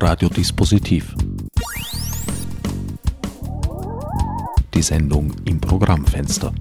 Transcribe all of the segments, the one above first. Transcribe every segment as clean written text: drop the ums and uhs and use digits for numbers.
Radiodispositiv. Die Sendung im Programmfenster.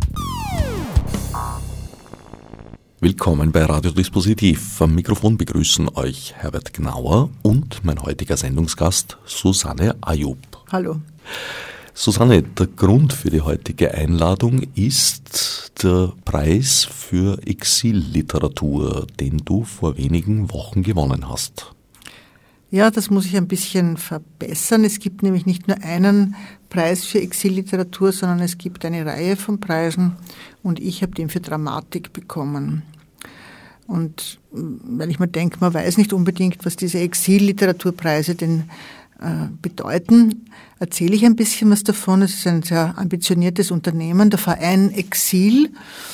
Willkommen bei Radiodispositiv. Am Mikrofon begrüßen euch Herbert Gnauer und mein heutiger Sendungsgast Susanne Ayub. Hallo. Susanne, der Grund für die heutige Einladung ist der Preis für Exilliteratur, den du vor wenigen Wochen gewonnen hast. Ja, das muss ich ein bisschen verbessern. Es gibt nämlich nicht nur einen Preis für Exilliteratur, sondern es gibt eine Reihe von Preisen und ich habe den für Dramatik bekommen. Und weil ich mir denke, man weiß nicht unbedingt, was diese Exilliteraturpreise denn bedeuten, erzähle ich ein bisschen was davon. Es ist ein sehr ambitioniertes Unternehmen, der Verein Exil,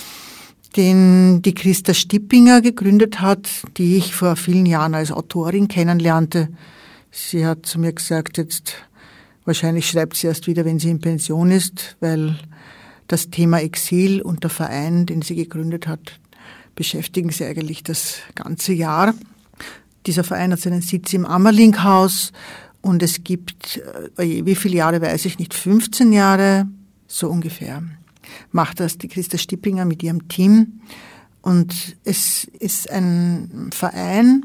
den die Christa Stippinger gegründet hat, die ich vor vielen Jahren als Autorin kennenlernte. Sie hat zu mir gesagt, jetzt wahrscheinlich schreibt sie erst wieder, wenn sie in Pension ist, weil das Thema Exil und der Verein, den sie gegründet hat, beschäftigen sie eigentlich das ganze Jahr. Dieser Verein hat seinen Sitz im Ammerlinghaus und es gibt, wie viele Jahre weiß ich nicht, 15 Jahre, so ungefähr, macht das die Christa Stippinger mit ihrem Team. Und es ist ein Verein,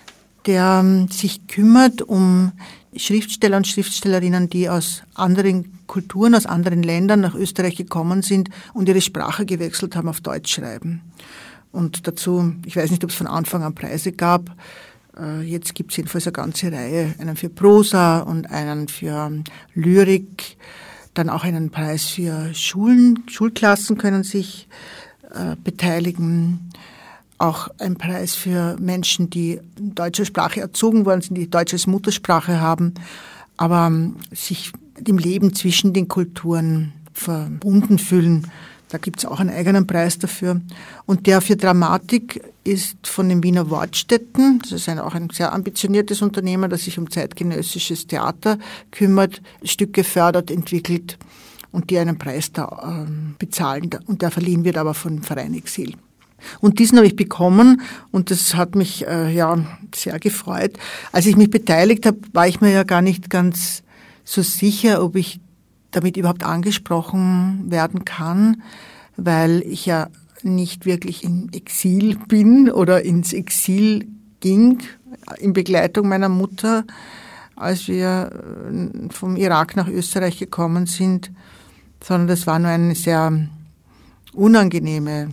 der sich kümmert um Schriftsteller und Schriftstellerinnen, die aus anderen Kulturen, aus anderen Ländern nach Österreich gekommen sind und ihre Sprache gewechselt haben auf Deutsch schreiben. Und dazu, ich weiß nicht, ob es von Anfang an Preise gab, jetzt gibt es jedenfalls eine ganze Reihe, einen für Prosa und einen für Lyrik, dann auch einen Preis für Schulen, Schulklassen können sich beteiligen, auch ein Preis für Menschen, die in deutscher Sprache erzogen worden sind, die Deutsch als Muttersprache haben, aber sich dem Leben zwischen den Kulturen verbunden fühlen. Da gibt es auch einen eigenen Preis dafür. Und der für Dramatik ist von den Wiener Wortstätten. Das ist auch ein sehr ambitioniertes Unternehmen, das sich um zeitgenössisches Theater kümmert, Stücke fördert, entwickelt und die einen Preis da bezahlen. Und der verliehen wird aber von Verein Exil. Und diesen habe ich bekommen und das hat mich sehr gefreut. Als ich mich beteiligt habe, war ich mir ja gar nicht ganz so sicher, ob ich damit überhaupt angesprochen werden kann, weil ich ja nicht wirklich im Exil bin oder ins Exil ging, in Begleitung meiner Mutter, als wir vom Irak nach Österreich gekommen sind, sondern das war nur ein sehr unangenehmer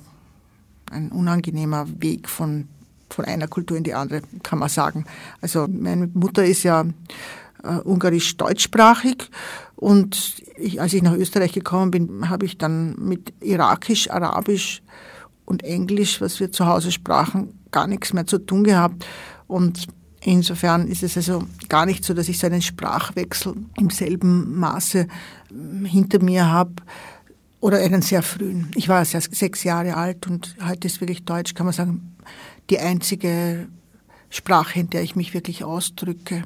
Weg von einer Kultur in die andere, kann man sagen. Also meine Mutter ist ja ungarisch-deutschsprachig und als ich nach Österreich gekommen bin, habe ich dann mit Irakisch, Arabisch und Englisch, was wir zu Hause sprachen, gar nichts mehr zu tun gehabt. Und insofern ist es also gar nicht so, dass ich so einen Sprachwechsel im selben Maße hinter mir habe oder einen sehr frühen. Ich war 6 Jahre alt und heute ist wirklich Deutsch, kann man sagen, die einzige Sprache, in der ich mich wirklich ausdrücke.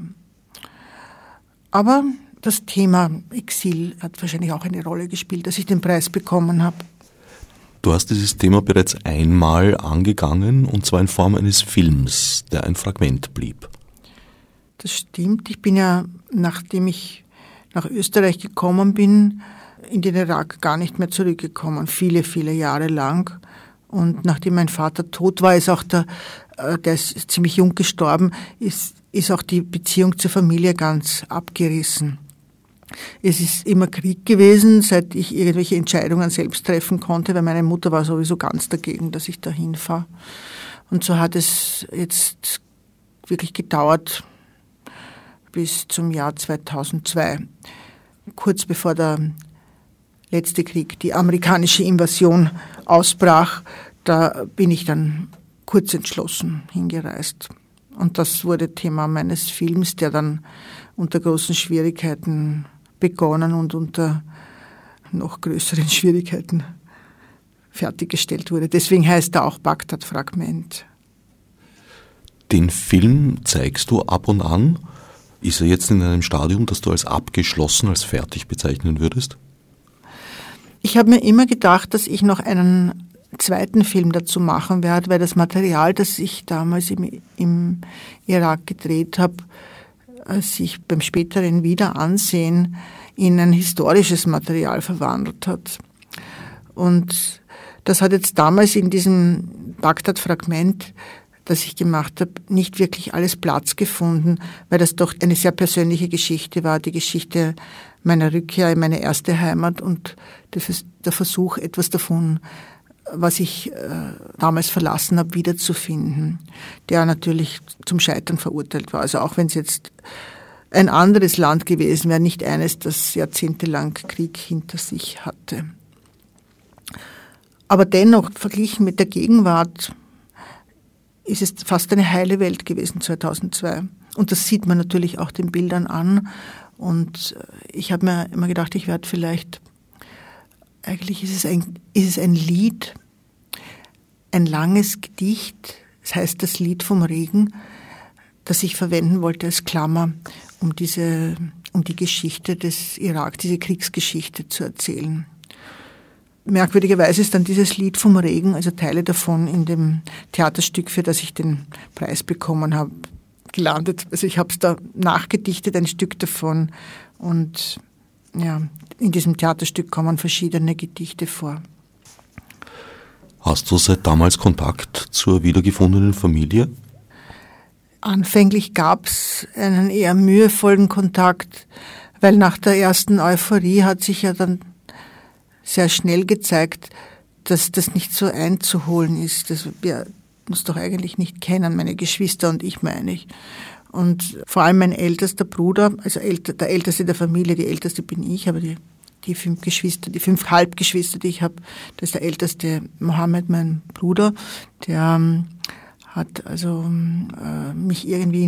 Aber das Thema Exil hat wahrscheinlich auch eine Rolle gespielt, dass ich den Preis bekommen habe. Du hast dieses Thema bereits einmal angegangen, und zwar in Form eines Films, der ein Fragment blieb. Das stimmt. Ich bin ja, nachdem ich nach Österreich gekommen bin, in den Irak gar nicht mehr zurückgekommen, viele, viele Jahre lang. Und nachdem mein Vater tot war, ist auch der ist ziemlich jung gestorben, ist auch die Beziehung zur Familie ganz abgerissen. Es ist immer Krieg gewesen, seit ich irgendwelche Entscheidungen selbst treffen konnte, weil meine Mutter war sowieso ganz dagegen, dass ich dahin fahre. Und so hat es jetzt wirklich gedauert bis zum Jahr 2002, kurz bevor der letzte Krieg, die amerikanische Invasion ausbrach. Da bin ich dann kurz entschlossen hingereist. Und das wurde Thema meines Films, der dann unter großen Schwierigkeiten begonnen und unter noch größeren Schwierigkeiten fertiggestellt wurde. Deswegen heißt er auch Bagdad-Fragment. Den Film zeigst du ab und an. Ist er jetzt in einem Stadium, das du als abgeschlossen, als fertig bezeichnen würdest? Ich habe mir immer gedacht, dass ich noch einen zweiten Film dazu machen werde, weil das Material, das ich damals im Irak gedreht habe, sich beim späteren Wiederansehen in ein historisches Material verwandelt hat. Und das hat jetzt damals in diesem Bagdad-Fragment, das ich gemacht habe, nicht wirklich alles Platz gefunden, weil das doch eine sehr persönliche Geschichte war, die Geschichte meiner Rückkehr in meine erste Heimat und der Versuch, etwas davon, was ich damals verlassen habe, wiederzufinden, der natürlich zum Scheitern verurteilt war. Also auch wenn es jetzt ein anderes Land gewesen wäre, nicht eines, das jahrzehntelang Krieg hinter sich hatte. Aber dennoch, verglichen mit der Gegenwart, ist es fast eine heile Welt gewesen 2002. Und das sieht man natürlich auch den Bildern an. Und ich habe mir immer gedacht, ich werde vielleicht, eigentlich ist es ein Lied, ein langes Gedicht, das heißt das Lied vom Regen, das ich verwenden wollte als Klammer, um die Geschichte des Irak, diese Kriegsgeschichte zu erzählen. Merkwürdigerweise ist dann dieses Lied vom Regen, also Teile davon in dem Theaterstück, für das ich den Preis bekommen habe, gelandet. Also ich habe es da nachgedichtet, ein Stück davon. Und ja, in diesem Theaterstück kommen verschiedene Gedichte vor. Hast du seit damals Kontakt zur wiedergefundenen Familie? Anfänglich gab es einen eher mühevollen Kontakt, weil nach der ersten Euphorie hat sich ja dann sehr schnell gezeigt, dass das nicht so einzuholen ist. Wir uns doch eigentlich nicht kennen, meine Geschwister und ich, meine ich. Und vor allem mein ältester Bruder, also der älteste der Familie, die älteste bin ich, aber die 5 Geschwister, die 5 Halbgeschwister, die ich habe, das ist der älteste Mohammed, mein Bruder, der hat also mich irgendwie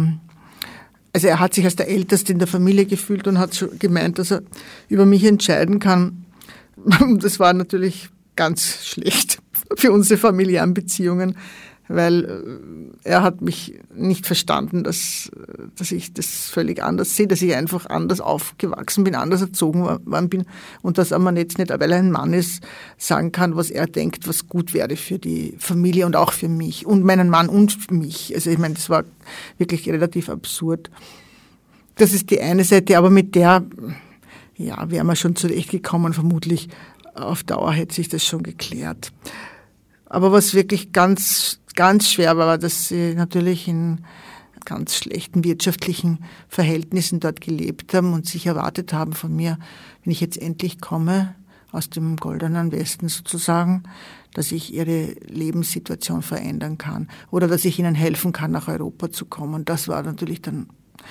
also er hat sich als der Älteste in der Familie gefühlt und hat schon gemeint, dass er über mich entscheiden kann. Das war natürlich ganz schlecht für unsere familiären Beziehungen, weil er hat mich nicht verstanden, dass ich das völlig anders sehe, dass ich einfach anders aufgewachsen bin, anders erzogen worden bin und dass man jetzt nicht, weil er ein Mann ist, sagen kann, was er denkt, was gut wäre für die Familie und auch für mich und meinen Mann und mich. Also ich meine, das war wirklich relativ absurd. Das ist die eine Seite, aber mit der wären wir schon zurechtgekommen, vermutlich auf Dauer hätte sich das schon geklärt. Aber was wirklich ganz, ganz schwer war, dass sie natürlich in ganz schlechten wirtschaftlichen Verhältnissen dort gelebt haben und sich erwartet haben von mir, wenn ich jetzt endlich komme, aus dem goldenen Westen sozusagen, dass ich ihre Lebenssituation verändern kann oder dass ich ihnen helfen kann, nach Europa zu kommen. Das war natürlich dann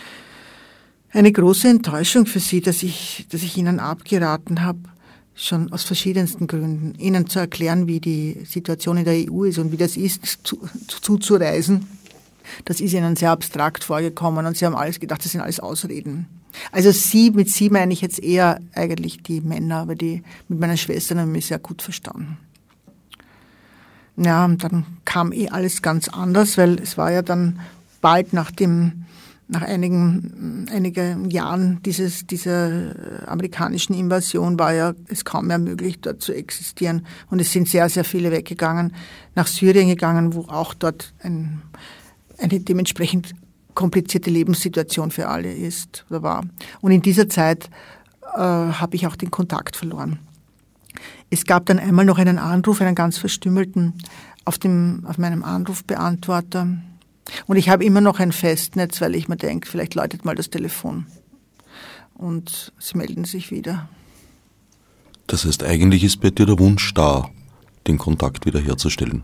eine große Enttäuschung für sie, dass ich ihnen abgeraten habe, schon aus verschiedensten Gründen, ihnen zu erklären, wie die Situation in der EU ist und wie das ist, zuzureisen. Das ist ihnen sehr abstrakt vorgekommen und sie haben alles gedacht, das sind alles Ausreden. Also mit sie meine ich jetzt eher eigentlich die Männer, aber die mit meiner Schwester haben mich sehr gut verstanden. Ja, und dann kam alles ganz anders, weil es war ja dann bald nach einigen Jahren dieser amerikanischen Invasion war ja es kaum mehr möglich, dort zu existieren. Und es sind sehr, sehr viele weggegangen, nach Syrien gegangen, wo auch dort eine dementsprechend komplizierte Lebenssituation für alle ist oder war. Und in dieser Zeit habe ich auch den Kontakt verloren. Es gab dann einmal noch einen Anruf, einen ganz verstümmelten, auf meinem Anrufbeantworter. Und ich habe immer noch ein Festnetz, weil ich mir denke, vielleicht läutet mal das Telefon. Und sie melden sich wieder. Das heißt, eigentlich ist bei dir der Wunsch da, den Kontakt wiederherzustellen.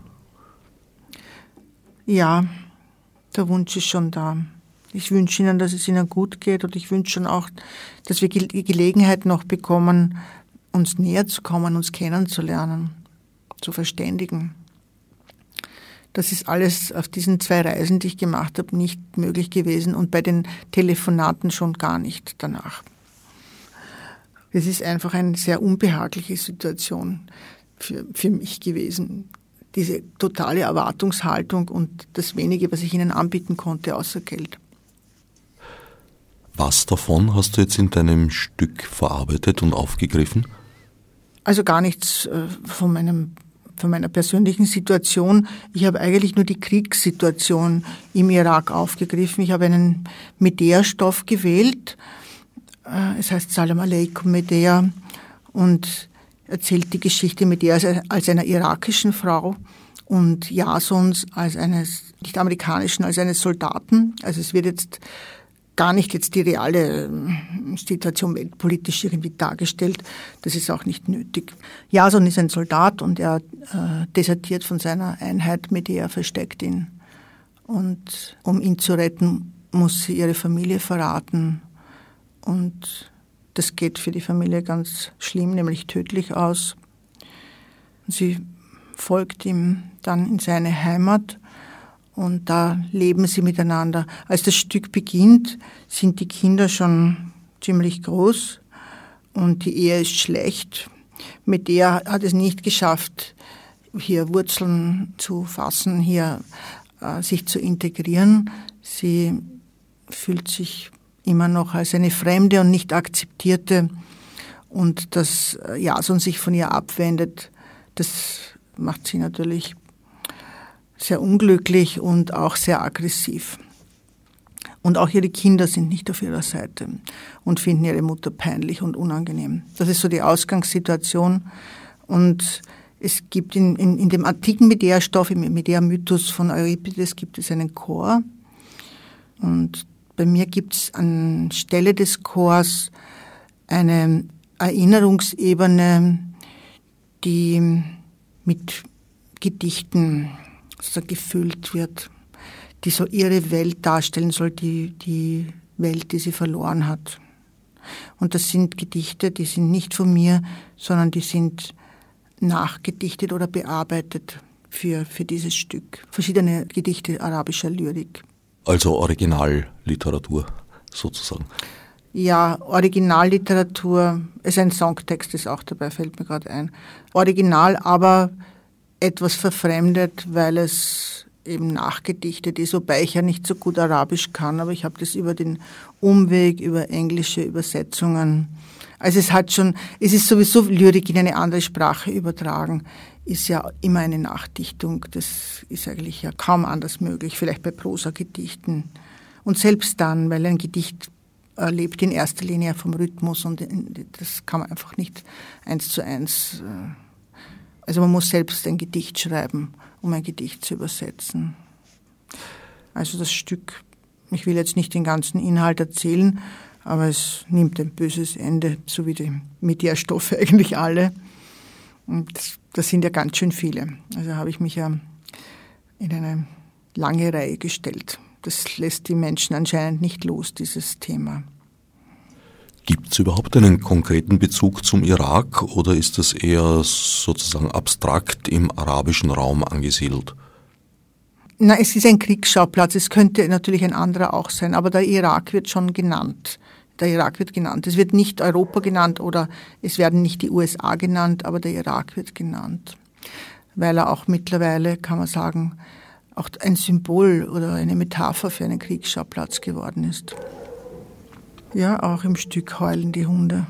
Ja, der Wunsch ist schon da. Ich wünsche ihnen, dass es ihnen gut geht und ich wünsche schon auch, dass wir die Gelegenheit noch bekommen, uns näher zu kommen, uns kennenzulernen, zu verständigen. Das ist alles auf diesen 2 Reisen, die ich gemacht habe, nicht möglich gewesen und bei den Telefonaten schon gar nicht danach. Es ist einfach eine sehr unbehagliche Situation für mich gewesen. Diese totale Erwartungshaltung und das Wenige, was ich ihnen anbieten konnte, außer Geld. Was davon hast du jetzt in deinem Stück verarbeitet und aufgegriffen? Also gar nichts von meinem von meiner persönlichen Situation. Ich habe eigentlich nur die Kriegssituation im Irak aufgegriffen. Ich habe einen Medea-Stoff gewählt. Es heißt Salam Aleikum Medea und erzählt die Geschichte Medeas als einer irakischen Frau und Jasons als eines, nicht amerikanischen, als eines Soldaten. Also es wird jetzt gar nicht jetzt die reale Situation weltpolitisch irgendwie dargestellt. Das ist auch nicht nötig. Jason ist ein Soldat und er desertiert von seiner Einheit. Medea versteckt ihn. Und um ihn zu retten, muss sie ihre Familie verraten. Und das geht für die Familie ganz schlimm, nämlich tödlich aus. Sie folgt ihm dann in seine Heimat. Und da leben sie miteinander. Als das Stück beginnt, sind die Kinder schon ziemlich groß und die Ehe ist schlecht. Medea hat es nicht geschafft, hier Wurzeln zu fassen, hier sich zu integrieren. Sie fühlt sich immer noch als eine Fremde und nicht akzeptierte. Und dass Jason sich von ihr abwendet, das macht sie natürlich sehr unglücklich und auch sehr aggressiv. Und auch ihre Kinder sind nicht auf ihrer Seite und finden ihre Mutter peinlich und unangenehm. Das ist so die Ausgangssituation. Und es gibt in dem antiken Medea-Stoff, im Medea-Mythos von Euripides, gibt es einen Chor. Und bei mir gibt es anstelle des Chors eine Erinnerungsebene, die mit Gedichten gefüllt wird, die so ihre Welt darstellen soll, die Welt, die sie verloren hat. Und das sind Gedichte, die sind nicht von mir, sondern die sind nachgedichtet oder bearbeitet für dieses Stück. Verschiedene Gedichte arabischer Lyrik. Also Originalliteratur sozusagen. Ja, Originalliteratur, ist ein Songtext, ist auch dabei, fällt mir gerade ein. Original, aber etwas verfremdet, weil es eben nachgedichtet ist, wobei ich ja nicht so gut Arabisch kann, aber ich habe das über den Umweg, über englische Übersetzungen. Also es ist sowieso Lyrik in eine andere Sprache übertragen, ist ja immer eine Nachdichtung. Das ist eigentlich ja kaum anders möglich, vielleicht bei Prosagedichten. Und selbst dann, weil ein Gedicht lebt in erster Linie vom Rhythmus und das kann man einfach nicht 1:1. Also man muss selbst ein Gedicht schreiben, um ein Gedicht zu übersetzen. Also das Stück, ich will jetzt nicht den ganzen Inhalt erzählen, aber es nimmt ein böses Ende, so wie die Medea-Stoffe eigentlich alle. Und das sind ja ganz schön viele. Also habe ich mich ja in eine lange Reihe gestellt. Das lässt die Menschen anscheinend nicht los, dieses Thema. Gibt es überhaupt einen konkreten Bezug zum Irak oder ist das eher sozusagen abstrakt im arabischen Raum angesiedelt? Na, es ist ein Kriegsschauplatz. Es könnte natürlich ein anderer auch sein, aber der Irak wird schon genannt. Der Irak wird genannt. Es wird nicht Europa genannt oder es werden nicht die USA genannt, aber der Irak wird genannt. Weil er auch mittlerweile, kann man sagen, auch ein Symbol oder eine Metapher für einen Kriegsschauplatz geworden ist. Ja, auch im Stück heulen die Hunde.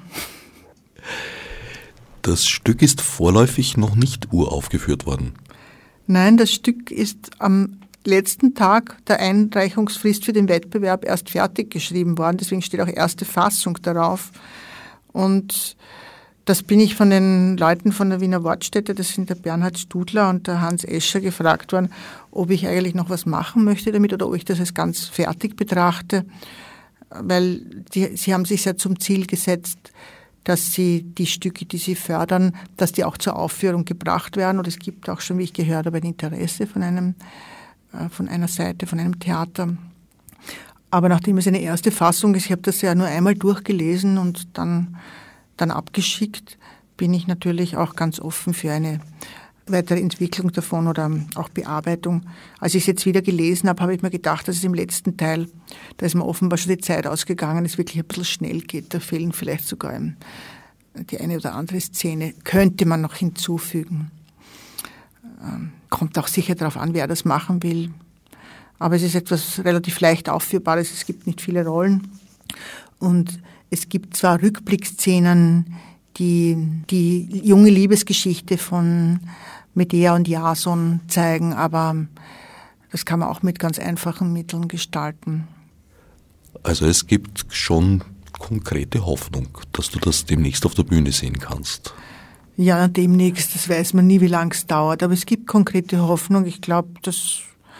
Das Stück ist vorläufig noch nicht uraufgeführt worden. Nein, das Stück ist am letzten Tag der Einreichungsfrist für den Wettbewerb erst fertig geschrieben worden. Deswegen steht auch erste Fassung darauf. Und das bin ich von den Leuten von der Wiener Wortstätte, das sind der Bernhard Studler und der Hans Escher, gefragt worden, ob ich eigentlich noch was machen möchte damit oder ob ich das als ganz fertig betrachte. Weil sie haben sich ja zum Ziel gesetzt, dass sie die Stücke, die sie fördern, dass die auch zur Aufführung gebracht werden. Und es gibt auch schon, wie ich gehört habe, ein Interesse von einer Seite, von einem Theater. Aber nachdem es eine erste Fassung ist, ich habe das ja nur einmal durchgelesen und dann abgeschickt, bin ich natürlich auch ganz offen für eine weitere Entwicklung davon oder auch Bearbeitung. Als ich es jetzt wieder gelesen habe, habe ich mir gedacht, dass es im letzten Teil, da ist mir offenbar schon die Zeit ausgegangen, es wirklich ein bisschen schnell geht. Da fehlen vielleicht sogar die eine oder andere Szene. Könnte man noch hinzufügen. Kommt auch sicher darauf an, wer das machen will. Aber es ist etwas relativ leicht Aufführbares. Es gibt nicht viele Rollen. Und es gibt zwar Rückblickszenen, die junge Liebesgeschichte von Medea und Jason zeigen, aber das kann man auch mit ganz einfachen Mitteln gestalten. Also es gibt schon konkrete Hoffnung, dass du das demnächst auf der Bühne sehen kannst. Ja, demnächst, das weiß man nie, wie lange es dauert, aber es gibt konkrete Hoffnung. Ich glaube, dass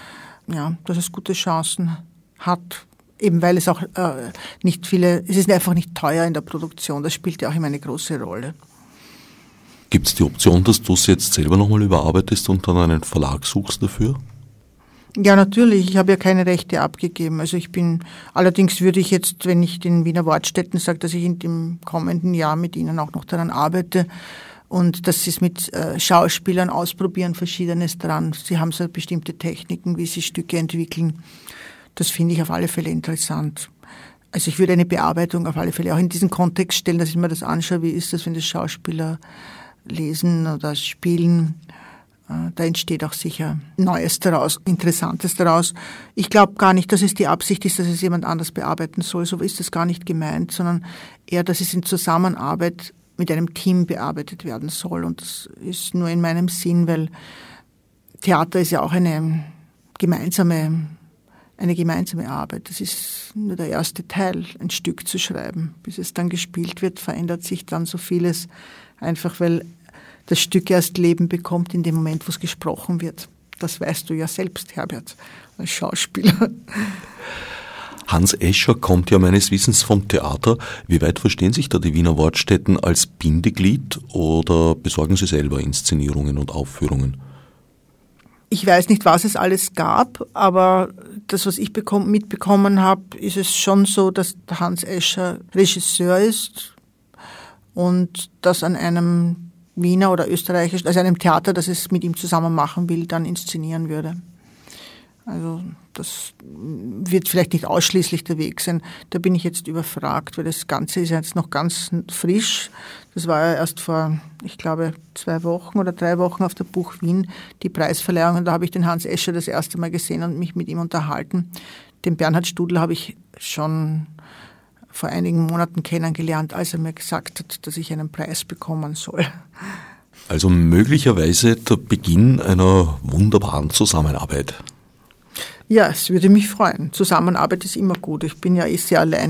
es gute Chancen hat, eben weil es auch es ist einfach nicht teuer in der Produktion, das spielt ja auch immer eine große Rolle. Gibt es die Option, dass du es jetzt selber nochmal überarbeitest und dann einen Verlag suchst dafür? Ja, natürlich. Ich habe ja keine Rechte abgegeben. Also allerdings würde ich jetzt, wenn ich den Wiener Wortstätten sage, dass ich in dem kommenden Jahr mit ihnen auch noch daran arbeite und dass sie es mit Schauspielern ausprobieren, Verschiedenes dran. Sie haben so bestimmte Techniken, wie sie Stücke entwickeln. Das finde ich auf alle Fälle interessant. Also ich würde eine Bearbeitung auf alle Fälle auch in diesen Kontext stellen, dass ich mir das anschaue, wie ist das, wenn das Schauspieler lesen oder spielen. Da entsteht auch sicher Neues daraus, Interessantes daraus. Ich glaube gar nicht, dass es die Absicht ist, dass es jemand anders bearbeiten soll. So ist es gar nicht gemeint, sondern eher, dass es in Zusammenarbeit mit einem Team bearbeitet werden soll. Und das ist nur in meinem Sinn, weil Theater ist ja auch eine gemeinsame Arbeit. Das ist nur der erste Teil, ein Stück zu schreiben. Bis es dann gespielt wird, verändert sich dann so vieles, einfach weil das Stück erst Leben bekommt in dem Moment, wo es gesprochen wird. Das weißt du ja selbst, Herbert, als Schauspieler. Hans Escher kommt ja meines Wissens vom Theater. Wie weit verstehen sich da die Wiener Wortstätten als Bindeglied oder besorgen Sie selber Inszenierungen und Aufführungen? Ich weiß nicht, was es alles gab, aber das, was ich mitbekommen habe, ist es schon so, dass Hans Escher Regisseur ist und das an einem Wiener oder österreichischen, also einem Theater, das es mit ihm zusammen machen will, dann inszenieren würde. Also das wird vielleicht nicht ausschließlich der Weg sein. Da bin ich jetzt überfragt, weil das Ganze ist jetzt noch ganz frisch. Das war ja erst vor, ich glaube, 2 Wochen oder 3 Wochen auf der Buch Wien, die Preisverleihung. Und da habe ich den Hans Escher das erste Mal gesehen und mich mit ihm unterhalten. Den Bernhard Studl habe ich schon vor einigen Monaten kennengelernt, als er mir gesagt hat, dass ich einen Preis bekommen soll. Also möglicherweise der Beginn einer wunderbaren Zusammenarbeit. Ja, es würde mich freuen. Zusammenarbeit ist immer gut. Ich bin ja sehr allein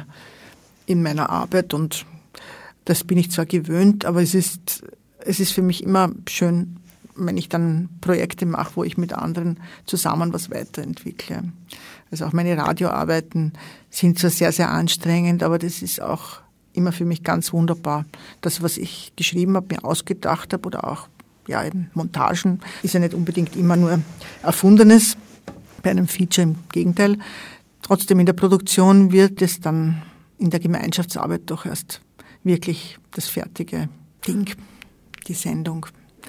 in meiner Arbeit und das bin ich zwar gewöhnt, aber es ist für mich immer schön, wenn ich dann Projekte mache, wo ich mit anderen zusammen was weiterentwickle. Also auch meine Radioarbeiten sind zwar sehr, sehr anstrengend, aber das ist auch immer für mich ganz wunderbar. Das, was ich geschrieben habe, mir ausgedacht habe oder auch eben Montagen, ist ja nicht unbedingt immer nur Erfundenes. Bei einem Feature im Gegenteil. Trotzdem in der Produktion wird es dann in der Gemeinschaftsarbeit doch erst wirklich das fertige Ding, die Sendung.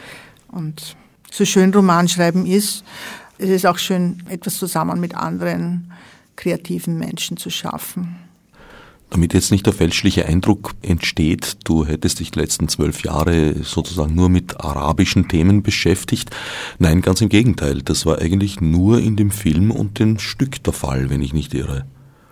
Und so schön Romanschreiben ist, es ist auch schön, etwas zusammen mit anderen kreativen Menschen zu schaffen. Damit jetzt nicht der fälschliche Eindruck entsteht, du hättest dich die letzten 12 Jahre sozusagen nur mit arabischen Themen beschäftigt. Nein, ganz im Gegenteil. Das war eigentlich nur in dem Film und dem Stück der Fall, wenn ich nicht irre.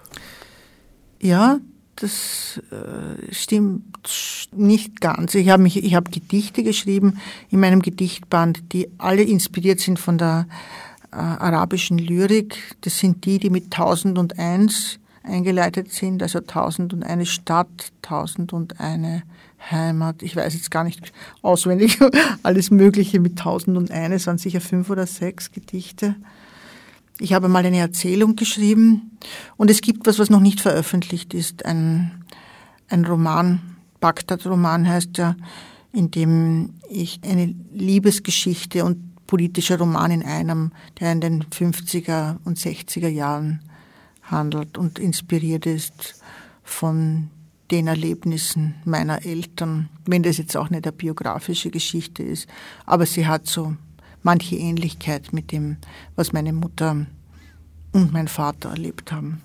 Ja, das stimmt nicht ganz. Ich habe Gedichte geschrieben in meinem Gedichtband, die alle inspiriert sind von der arabischen Lyrik. Das sind die mit 1001 eingeleitet sind, also 1001 Stadt, 1001 Heimat. Ich weiß jetzt gar nicht auswendig, alles Mögliche mit 1001, es waren sicher 5 oder 6 Gedichte. Ich habe mal eine Erzählung geschrieben und es gibt was noch nicht veröffentlicht ist, ein Roman, Bagdad-Roman heißt ja, in dem ich eine Liebesgeschichte und politischer Roman in einem, der in den 50er und 60er Jahren handelt und inspiriert ist von den Erlebnissen meiner Eltern, wenn das jetzt auch nicht eine biografische Geschichte ist, aber sie hat so manche Ähnlichkeit mit dem, was meine Mutter und mein Vater erlebt haben.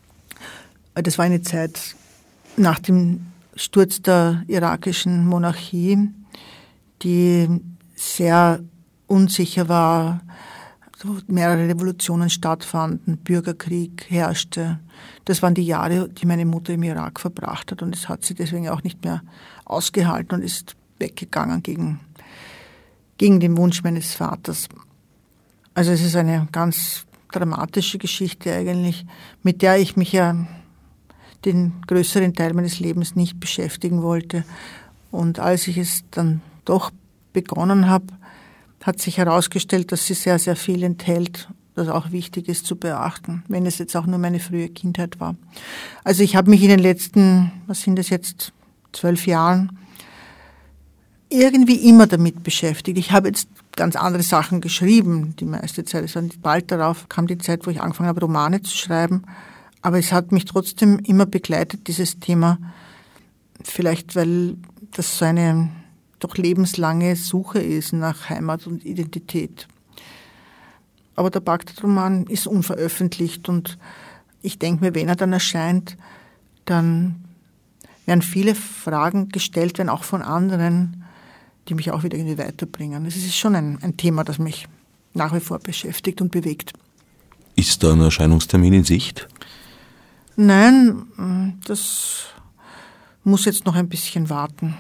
Das war eine Zeit nach dem Sturz der irakischen Monarchie, die sehr unsicher war, mehrere Revolutionen stattfanden, Bürgerkrieg herrschte. Das waren die Jahre, die meine Mutter im Irak verbracht hat und es hat sie deswegen auch nicht mehr ausgehalten und ist weggegangen gegen gegen den Wunsch meines Vaters. Also es ist eine ganz dramatische Geschichte eigentlich, mit der ich mich ja den größeren Teil meines Lebens nicht beschäftigen wollte. Und als ich es dann doch begonnen habe, hat sich herausgestellt, dass sie sehr, sehr viel enthält, das auch wichtig ist zu beachten, wenn es jetzt auch nur meine frühe Kindheit war. Also ich habe mich in den letzten, 12 Jahren, irgendwie immer damit beschäftigt. Ich habe jetzt ganz andere Sachen geschrieben, die meiste Zeit. Es war bald darauf kam die Zeit, wo ich angefangen habe, Romane zu schreiben. Aber es hat mich trotzdem immer begleitet, dieses Thema. Vielleicht, weil das so eine doch lebenslange Suche ist nach Heimat und Identität. Aber der Bagdad-Roman ist unveröffentlicht und ich denke mir, wenn er dann erscheint, dann werden viele Fragen gestellt werden, auch von anderen, die mich auch wieder irgendwie weiterbringen. Es ist schon ein Thema, das mich nach wie vor beschäftigt und bewegt. Ist da ein Erscheinungstermin in Sicht? Nein, das muss jetzt noch ein bisschen warten,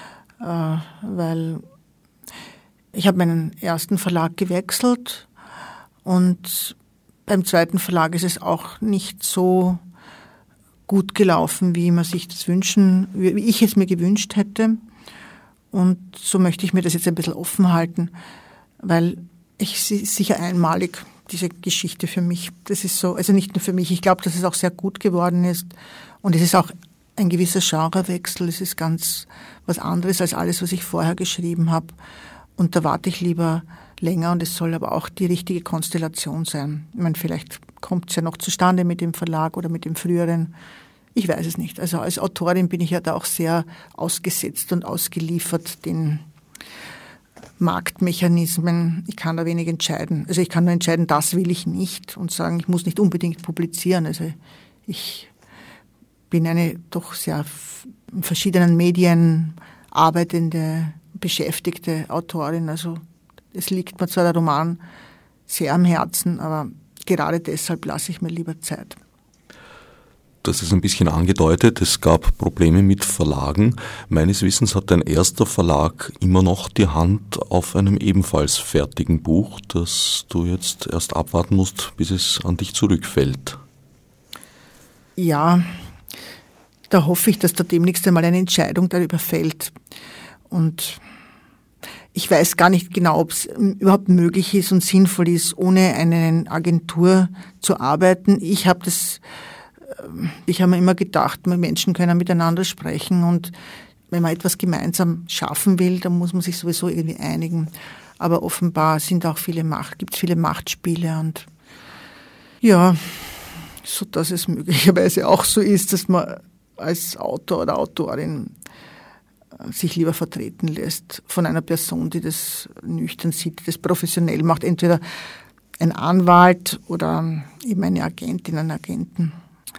weil ich habe meinen ersten Verlag gewechselt und beim zweiten Verlag ist es auch nicht so gut gelaufen, wie man sich das wie ich es mir gewünscht hätte. Und so möchte ich mir das jetzt ein bisschen offen halten, weil es ist sicher einmalig, diese Geschichte für mich. Das ist so, also nicht nur für mich, ich glaube, dass es auch sehr gut geworden ist. Und es ist auch ein gewisser Genrewechsel. Es ist ganz was anderes als alles, was ich vorher geschrieben habe. Und da warte ich lieber länger und es soll aber auch die richtige Konstellation sein. Ich meine, vielleicht kommt es ja noch zustande mit dem Verlag oder mit dem früheren. Ich weiß es nicht. Also als Autorin bin ich ja da auch sehr ausgesetzt und ausgeliefert den Marktmechanismen. Ich kann da wenig entscheiden. Also ich kann nur entscheiden, das will ich nicht und sagen, ich muss nicht unbedingt publizieren. Also ich bin eine doch sehr in verschiedenen Medien arbeitende, beschäftigte Autorin. Also es liegt mir zwar der Roman sehr am Herzen, aber gerade deshalb lasse ich mir lieber Zeit. Das ist ein bisschen angedeutet, es gab Probleme mit Verlagen. Meines Wissens hat dein erster Verlag immer noch die Hand auf einem ebenfalls fertigen Buch, das du jetzt erst abwarten musst, bis es an dich zurückfällt. Ja, da hoffe ich, dass da demnächst einmal eine Entscheidung darüber fällt. Und ich weiß gar nicht genau, ob es überhaupt möglich ist und sinnvoll ist, ohne eine Agentur zu arbeiten. Ich habe mir immer gedacht, Menschen können miteinander sprechen und wenn man etwas gemeinsam schaffen will, dann muss man sich sowieso irgendwie einigen. Aber offenbar gibt es viele Machtspiele und ja, so dass es möglicherweise auch so ist, dass man als Autor oder Autorin sich lieber vertreten lässt von einer Person, die das nüchtern sieht, die das professionell macht, entweder ein Anwalt oder eben eine Agentin, einen Agenten.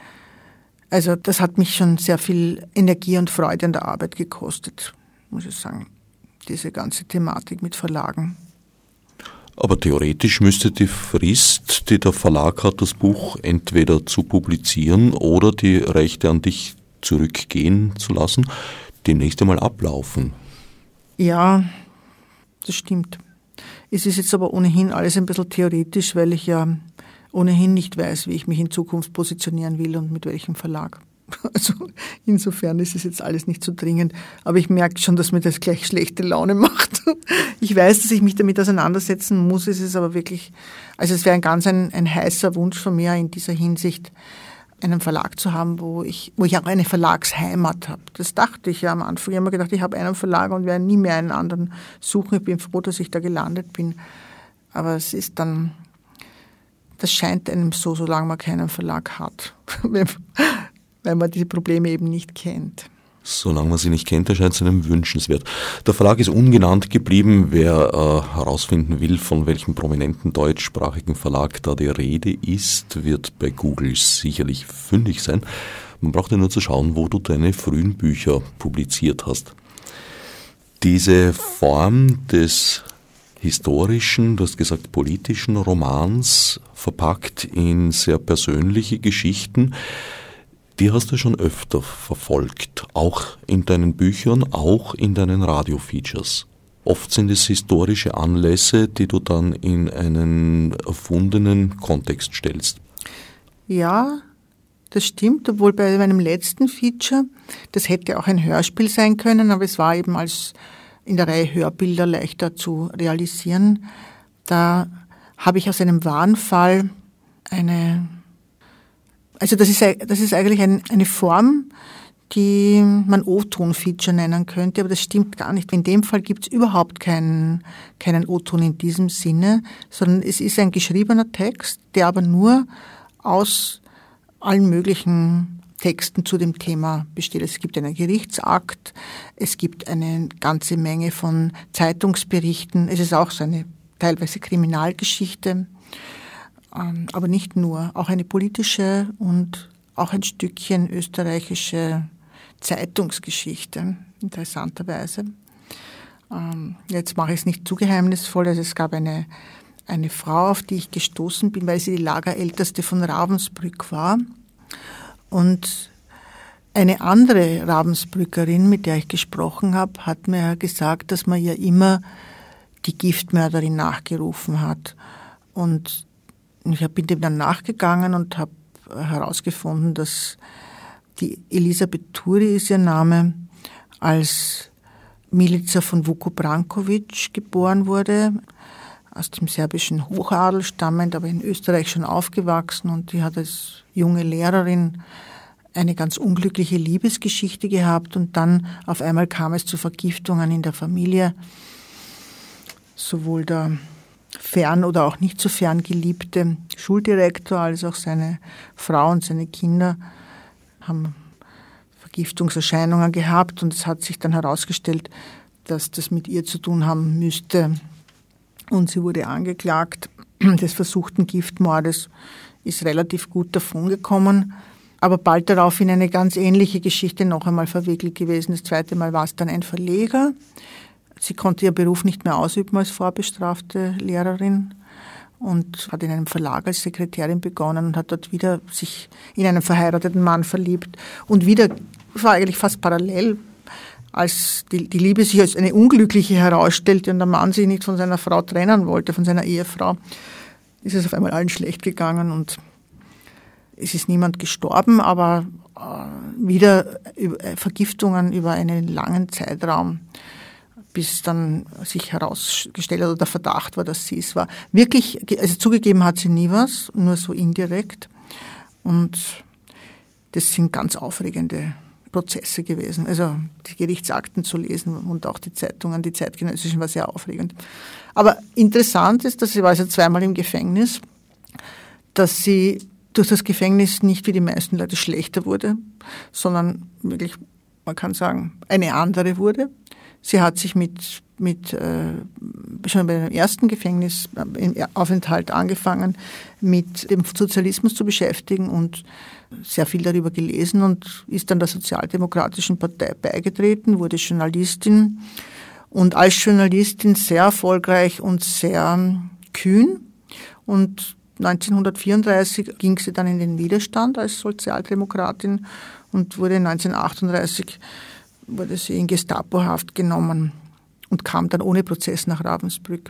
Also das hat mich schon sehr viel Energie und Freude an der Arbeit gekostet, muss ich sagen, diese ganze Thematik mit Verlagen. Aber theoretisch müsste die Frist, die der Verlag hat, das Buch entweder zu publizieren oder die Rechte an dich zurückgehen zu lassen, demnächst einmal ablaufen. Ja, das stimmt. Es ist jetzt aber ohnehin alles ein bisschen theoretisch, weil ich ja ohnehin nicht weiß, wie ich mich in Zukunft positionieren will und mit welchem Verlag. Also insofern ist es jetzt alles nicht so dringend. Aber ich merke schon, dass mir das gleich schlechte Laune macht. Ich weiß, dass ich mich damit auseinandersetzen muss. Es ist aber wirklich, also es wäre ein heißer Wunsch von mir in dieser Hinsicht, einen Verlag zu haben, wo ich auch eine Verlagsheimat habe. Das dachte ich ja am Anfang. Ich habe mir gedacht, ich habe einen Verlag und werde nie mehr einen anderen suchen. Ich bin froh, dass ich da gelandet bin. Aber es ist dann, das scheint einem so, solange man keinen Verlag hat, weil man diese Probleme eben nicht kennt. Solange man sie nicht kennt, erscheint es einem wünschenswert. Der Verlag ist ungenannt geblieben. Wer herausfinden will, von welchem prominenten deutschsprachigen Verlag da die Rede ist, wird bei Google sicherlich fündig sein. Man braucht ja nur zu schauen, wo du deine frühen Bücher publiziert hast. Diese Form des historischen, du hast gesagt politischen Romans, verpackt in sehr persönliche Geschichten, die hast du schon öfter verfolgt, auch in deinen Büchern, auch in deinen Radiofeatures. Oft sind es historische Anlässe, die du dann in einen erfundenen Kontext stellst. Ja, das stimmt, obwohl bei meinem letzten Feature, das hätte auch ein Hörspiel sein können, aber es war eben als in der Reihe Hörbilder leichter zu realisieren. Da habe ich aus einem wahren Fall das ist eigentlich eine Form, die man O-Ton-Feature nennen könnte, aber das stimmt gar nicht. In dem Fall gibt es überhaupt keinen O-Ton in diesem Sinne, sondern es ist ein geschriebener Text, der aber nur aus allen möglichen Texten zu dem Thema besteht. Es gibt einen Gerichtsakt, es gibt eine ganze Menge von Zeitungsberichten, es ist auch so eine teilweise Kriminalgeschichte, aber nicht nur, auch eine politische und auch ein Stückchen österreichische Zeitungsgeschichte, interessanterweise. Jetzt mache ich es nicht zu geheimnisvoll, also es gab eine Frau, auf die ich gestoßen bin, weil sie die Lagerälteste von Ravensbrück war. Und eine andere Ravensbrückerin, mit der ich gesprochen habe, hat mir gesagt, dass man ihr immer die Giftmörderin nachgerufen hat. Und ich bin dem dann nachgegangen und habe herausgefunden, dass die Elisabeth Turi ist ihr Name, als Milica von Vuko Branković geboren wurde, aus dem serbischen Hochadel stammend, aber in Österreich schon aufgewachsen, und die hat als junge Lehrerin eine ganz unglückliche Liebesgeschichte gehabt und dann auf einmal kam es zu Vergiftungen in der Familie. Sowohl der fern oder auch nicht so fern geliebte Schuldirektor als auch seine Frau und seine Kinder haben Vergiftungserscheinungen gehabt, und es hat sich dann herausgestellt, dass das mit ihr zu tun haben müsste. Und sie wurde angeklagt des versuchten Giftmordes, ist relativ gut davongekommen, aber bald darauf in eine ganz ähnliche Geschichte noch einmal verwickelt gewesen. Das zweite Mal war es dann ein Verleger. Sie konnte ihren Beruf nicht mehr ausüben als vorbestrafte Lehrerin und hat in einem Verlag als Sekretärin begonnen und hat dort wieder sich in einen verheirateten Mann verliebt. Und wieder, das war eigentlich fast parallel, als die Liebe sich als eine unglückliche herausstellte und der Mann sich nicht von seiner Frau trennen wollte, von seiner Ehefrau, ist es auf einmal allen schlecht gegangen und es ist niemand gestorben, aber wieder Vergiftungen über einen langen Zeitraum, bis dann sich herausgestellt hat oder der Verdacht war, dass sie es war. Wirklich, also zugegeben hat sie nie was, nur so indirekt. Und das sind ganz aufregende Prozesse gewesen. Also die Gerichtsakten zu lesen und auch die Zeitungen, die zeitgenössischen, war sehr aufregend. Aber interessant ist, dass sie war also zweimal im Gefängnis, dass sie durch das Gefängnis nicht wie die meisten Leute schlechter wurde, sondern wirklich, man kann sagen, eine andere wurde. Sie hat sich schon bei dem ersten Gefängnisaufenthalt angefangen, mit dem Sozialismus zu beschäftigen und sehr viel darüber gelesen und ist dann der Sozialdemokratischen Partei beigetreten, wurde Journalistin und als Journalistin sehr erfolgreich und sehr kühn. Und 1934 ging sie dann in den Widerstand als Sozialdemokratin und wurde 1938 wurde sie in Gestapohaft genommen und kam dann ohne Prozess nach Ravensbrück.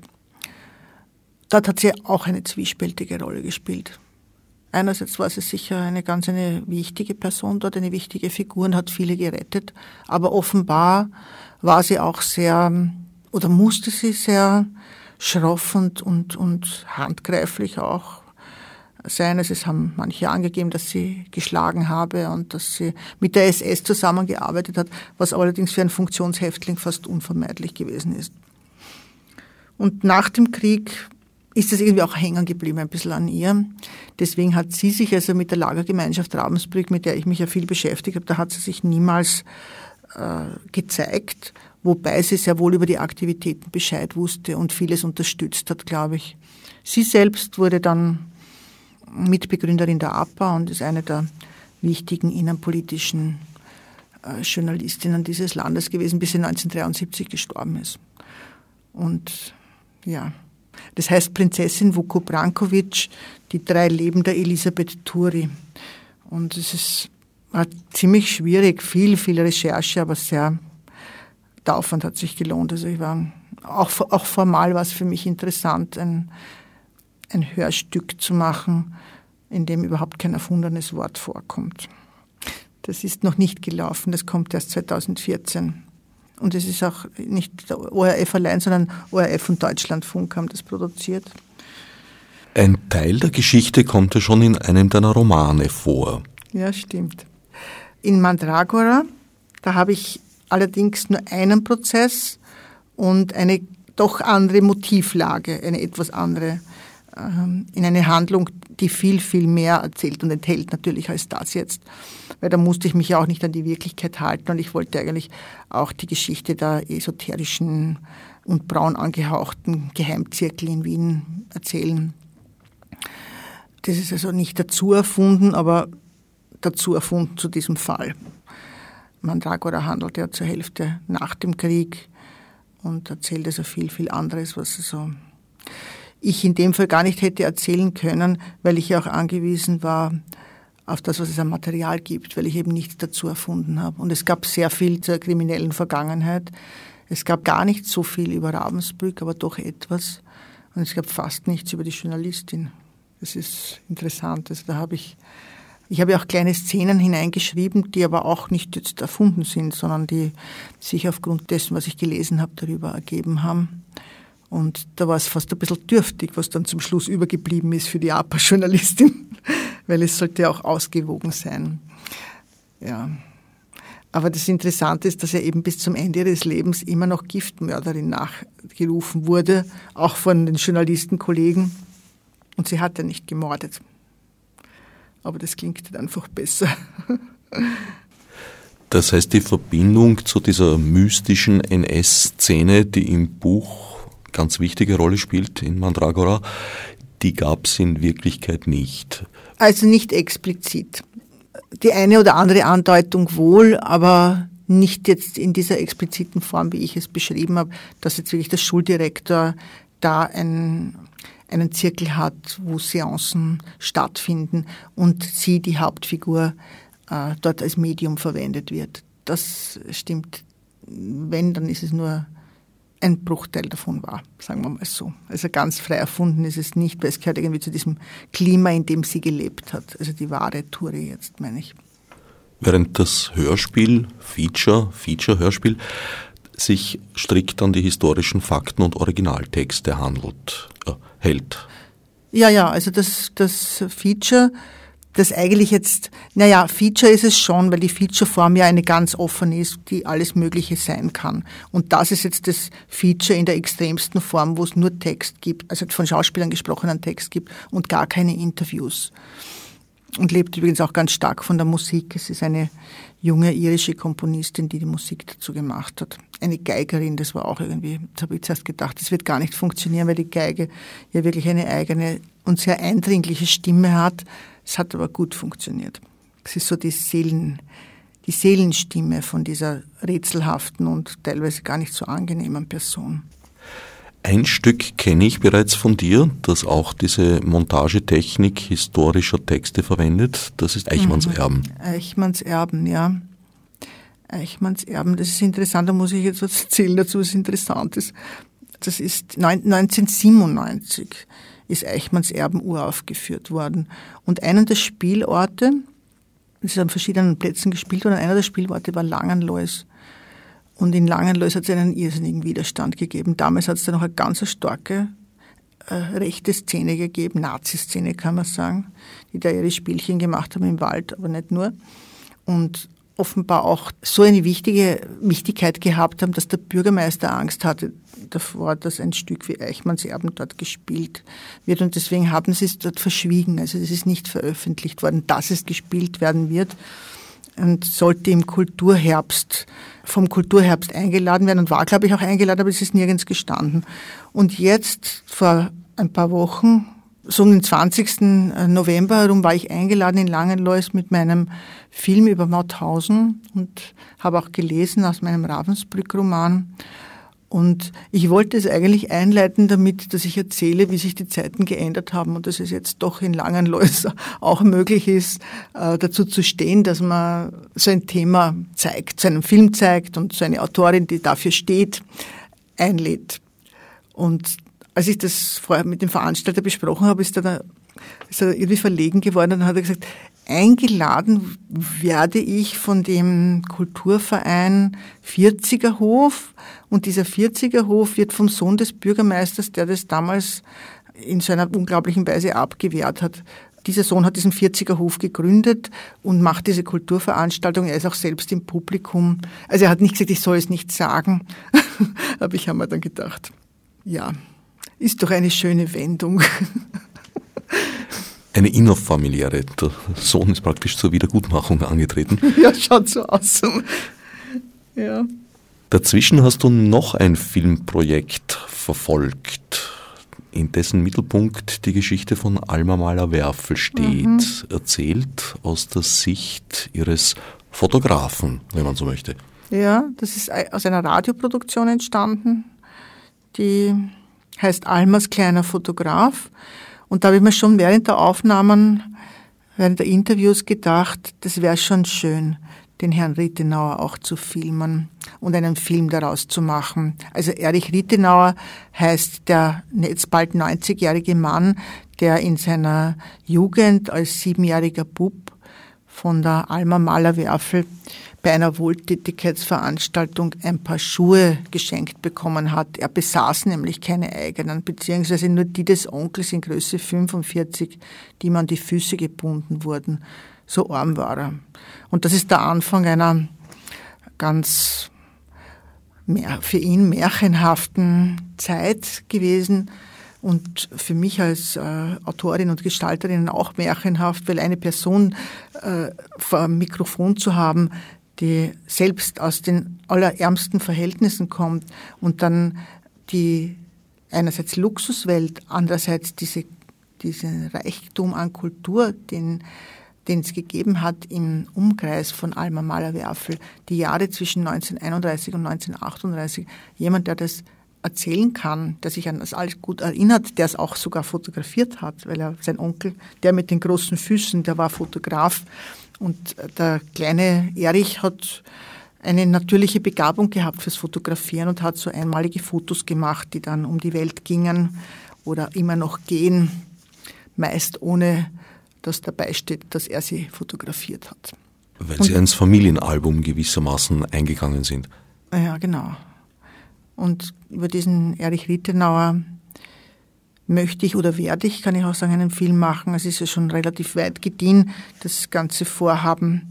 Dort hat sie auch eine zwiespältige Rolle gespielt. Einerseits war sie sicher eine wichtige Person dort, eine wichtige Figur und hat viele gerettet, aber offenbar war sie auch musste sie sehr schroff und handgreiflich auch sein. Also es haben manche angegeben, dass sie geschlagen habe und dass sie mit der SS zusammengearbeitet hat, was allerdings für einen Funktionshäftling fast unvermeidlich gewesen ist. Und nach dem Krieg ist es irgendwie auch hängen geblieben, ein bisschen an ihr. Deswegen hat sie sich also mit der Lagergemeinschaft Ravensbrück, mit der ich mich ja viel beschäftigt habe, da hat sie sich niemals gezeigt, wobei sie sehr wohl über die Aktivitäten Bescheid wusste und vieles unterstützt hat, glaube ich. Sie selbst wurde dann Mitbegründerin der APA und ist eine der wichtigen innenpolitischen Journalistinnen dieses Landes gewesen, bis sie 1973 gestorben ist. Und ja, das heißt Prinzessin Vuko Branković, die 3 Leben der Elisabeth Turi. Und es war ziemlich schwierig, viel Recherche, aber der Aufwand hat sich gelohnt. Also ich war Auch formal war es für mich interessant, ein Hörstück zu machen, in dem überhaupt kein erfundenes Wort vorkommt. Das ist noch nicht gelaufen, das kommt erst 2014. Und es ist auch nicht der ORF allein, sondern ORF und Deutschlandfunk haben das produziert. Ein Teil der Geschichte kommt ja schon in einem deiner Romane vor. Ja, stimmt. In Mandragora, da habe ich allerdings nur einen Prozess und eine doch andere Motivlage, eine etwas andere, in eine Handlung, die viel, viel mehr erzählt und enthält natürlich als das jetzt. Weil da musste ich mich ja auch nicht an die Wirklichkeit halten und ich wollte eigentlich auch die Geschichte der esoterischen und braun angehauchten Geheimzirkel in Wien erzählen. Das ist also nicht dazu erfunden, aber dazu erfunden zu diesem Fall. Mandragora handelt ja zur Hälfte nach dem Krieg und erzählt also viel, viel anderes, was also ich in dem Fall gar nicht hätte erzählen können, weil ich ja auch angewiesen war auf das, was es an Material gibt, weil ich eben nichts dazu erfunden habe. Und es gab sehr viel zur kriminellen Vergangenheit. Es gab gar nicht so viel über Ravensbrück, aber doch etwas. Und es gab fast nichts über die Journalistin. Das ist interessant. Also da habe ich habe ja auch kleine Szenen hineingeschrieben, die aber auch nicht jetzt erfunden sind, sondern die sich aufgrund dessen, was ich gelesen habe, darüber ergeben haben. Und da war es fast ein bisschen dürftig, was dann zum Schluss übergeblieben ist für die APA-Journalistin, weil es sollte ja auch ausgewogen sein. Ja. Aber das Interessante ist, dass er eben bis zum Ende ihres Lebens immer noch Giftmörderin nachgerufen wurde, auch von den Journalistenkollegen. Und sie hat ja nicht gemordet. Aber das klingt dann einfach besser. Das heißt, die Verbindung zu dieser mystischen NS-Szene, die im Buch ganz wichtige Rolle spielt in Mandragora, die gab es in Wirklichkeit nicht. Also nicht explizit. Die eine oder andere Andeutung wohl, aber nicht jetzt in dieser expliziten Form, wie ich es beschrieben habe, dass jetzt wirklich der Schuldirektor da einen Zirkel hat, wo Seancen stattfinden und sie, die Hauptfigur, dort als Medium verwendet wird. Das stimmt. Wenn, dann ist es nur ein Bruchteil davon war, sagen wir mal so. Also ganz frei erfunden ist es nicht, weil es gehört irgendwie zu diesem Klima, in dem sie gelebt hat. Also die wahre Turi jetzt, meine ich. Während das Hörspiel, Feature-Hörspiel, sich strikt an die historischen Fakten und Originaltexte hält. Ja, also das Feature, das eigentlich jetzt, Feature ist es schon, weil die Feature-Form ja eine ganz offene ist, die alles Mögliche sein kann. Und das ist jetzt das Feature in der extremsten Form, wo es nur Text gibt, also von Schauspielern gesprochenen Text gibt und gar keine Interviews. Und lebt übrigens auch ganz stark von der Musik. Es ist eine junge irische Komponistin, die Musik dazu gemacht hat. Eine Geigerin, das war auch irgendwie, das habe ich zuerst gedacht, das wird gar nicht funktionieren, weil die Geige ja wirklich eine eigene und sehr eindringliche Stimme hat. Es hat aber gut funktioniert. Es ist so die Seelenstimme von dieser rätselhaften und teilweise gar nicht so angenehmen Person. Ein Stück kenne ich bereits von dir, das auch diese Montagetechnik historischer Texte verwendet. Das ist Eichmanns Erben. Eichmanns Erben, ja. Eichmanns Erben, das ist interessant, da muss ich jetzt was erzählen dazu, was interessant ist. Das ist 1997 ist Eichmanns Erben uraufgeführt worden. Und einer der Spielorte, das ist an verschiedenen Plätzen gespielt worden, einer der Spielorte war Langenlois. Und in Langenlois hat es einen irrsinnigen Widerstand gegeben. Damals hat es da noch eine ganz starke rechte Szene gegeben, Nazi-Szene kann man sagen, die da ihre Spielchen gemacht haben im Wald, aber nicht nur. Und offenbar auch so eine Wichtigkeit gehabt haben, dass der Bürgermeister Angst hatte davor, dass ein Stück wie Eichmanns Erben dort gespielt wird. Und deswegen haben sie es dort verschwiegen. Also es ist nicht veröffentlicht worden, dass es gespielt werden wird. Und sollte vom Kulturherbst eingeladen werden und war, glaube ich, auch eingeladen, aber es ist nirgends gestanden. Und jetzt, vor ein paar Wochen, so um den 20. November herum, war ich eingeladen in Langenlois mit meinem Film über Mauthausen und habe auch gelesen aus meinem Ravensbrück-Roman. Und ich wollte es eigentlich einleiten damit, dass ich erzähle, wie sich die Zeiten geändert haben und dass es jetzt doch in Langenlois auch möglich ist, dazu zu stehen, dass man so ein Thema zeigt, so einen Film zeigt und so eine Autorin, die dafür steht, einlädt. Und als ich das vorher mit dem Veranstalter besprochen habe, ist er irgendwie verlegen geworden und dann hat er gesagt, eingeladen werde ich von dem Kulturverein 40er Hof und dieser 40er Hof wird vom Sohn des Bürgermeisters, der das damals in so einer unglaublichen Weise abgewehrt hat. Dieser Sohn hat diesen 40er Hof gegründet und macht diese Kulturveranstaltung. Er ist auch selbst im Publikum. Also er hat nicht gesagt, ich soll es nicht sagen. Aber ich habe mir dann gedacht, ja, ist doch eine schöne Wendung. Eine innerfamiliäre. Der Sohn ist praktisch zur Wiedergutmachung angetreten. Ja, schaut so aus. Ja. Dazwischen hast du noch ein Filmprojekt verfolgt, in dessen Mittelpunkt die Geschichte von Alma Mahler-Werfel steht, erzählt aus der Sicht ihres Fotografen, wenn man so möchte. Ja, das ist aus einer Radioproduktion entstanden, die heißt Almas kleiner Fotograf. Und da habe ich mir schon während der Aufnahmen, während der Interviews gedacht, das wäre schon schön, den Herrn Rittenauer auch zu filmen und einen Film daraus zu machen. Also Erich Rittenauer heißt der jetzt bald 90-jährige Mann, der in seiner Jugend als 7-jähriger Bub von der Alma Mahler-Werfel bei einer Wohltätigkeitsveranstaltung ein paar Schuhe geschenkt bekommen hat. Er besaß nämlich keine eigenen, beziehungsweise nur die des Onkels in Größe 45, die ihm an die Füße gebunden wurden. So arm war er. Und das ist der Anfang einer ganz für ihn märchenhaften Zeit gewesen und für mich als Autorin und Gestalterin auch märchenhaft, weil eine Person vor einem Mikrofon zu haben, die selbst aus den allerärmsten Verhältnissen kommt und dann die einerseits Luxuswelt, andererseits diesen Reichtum an Kultur, den es gegeben hat im Umkreis von Alma Mahler-Werfel, die Jahre zwischen 1931 und 1938, jemand, der das erzählen kann, der sich an das alles gut erinnert, der es auch sogar fotografiert hat, weil sein Onkel, der mit den großen Füßen, der war Fotograf. Und der kleine Erich hat eine natürliche Begabung gehabt fürs Fotografieren und hat so einmalige Fotos gemacht, die dann um die Welt gingen oder immer noch gehen, meist ohne dass dabei steht, dass er sie fotografiert hat. Weil sie ins Familienalbum gewissermaßen eingegangen sind. Ja, genau. Und über diesen Erich Rittenauer möchte ich oder werde ich, kann ich auch sagen, einen Film machen. Es ist ja schon relativ weit gediehen, das ganze Vorhaben.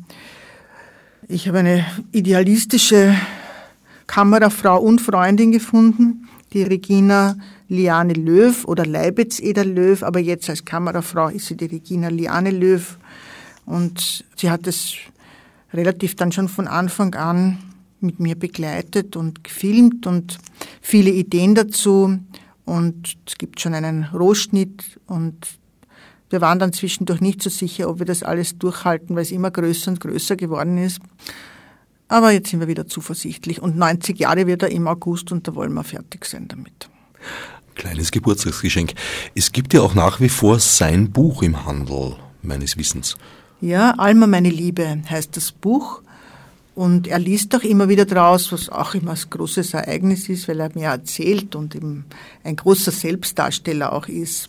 Ich habe eine idealistische Kamerafrau und Freundin gefunden, die Regina Liane Löw oder Leibitz Eder Löw, aber jetzt als Kamerafrau ist sie die Regina Liane Löw. Und sie hat es relativ dann schon von Anfang an mit mir begleitet und gefilmt und viele Ideen dazu. Und es gibt schon einen Rohschnitt und wir waren dann zwischendurch nicht so sicher, ob wir das alles durchhalten, weil es immer größer und größer geworden ist. Aber jetzt sind wir wieder zuversichtlich und 90 Jahre wird er im August und da wollen wir fertig sein damit. Kleines Geburtstagsgeschenk. Es gibt ja auch nach wie vor sein Buch im Handel, meines Wissens. Ja, Alma, meine Liebe heißt das Buch. Und er liest auch immer wieder draus, was auch immer ein großes Ereignis ist, weil er mir erzählt und eben ein großer Selbstdarsteller auch ist.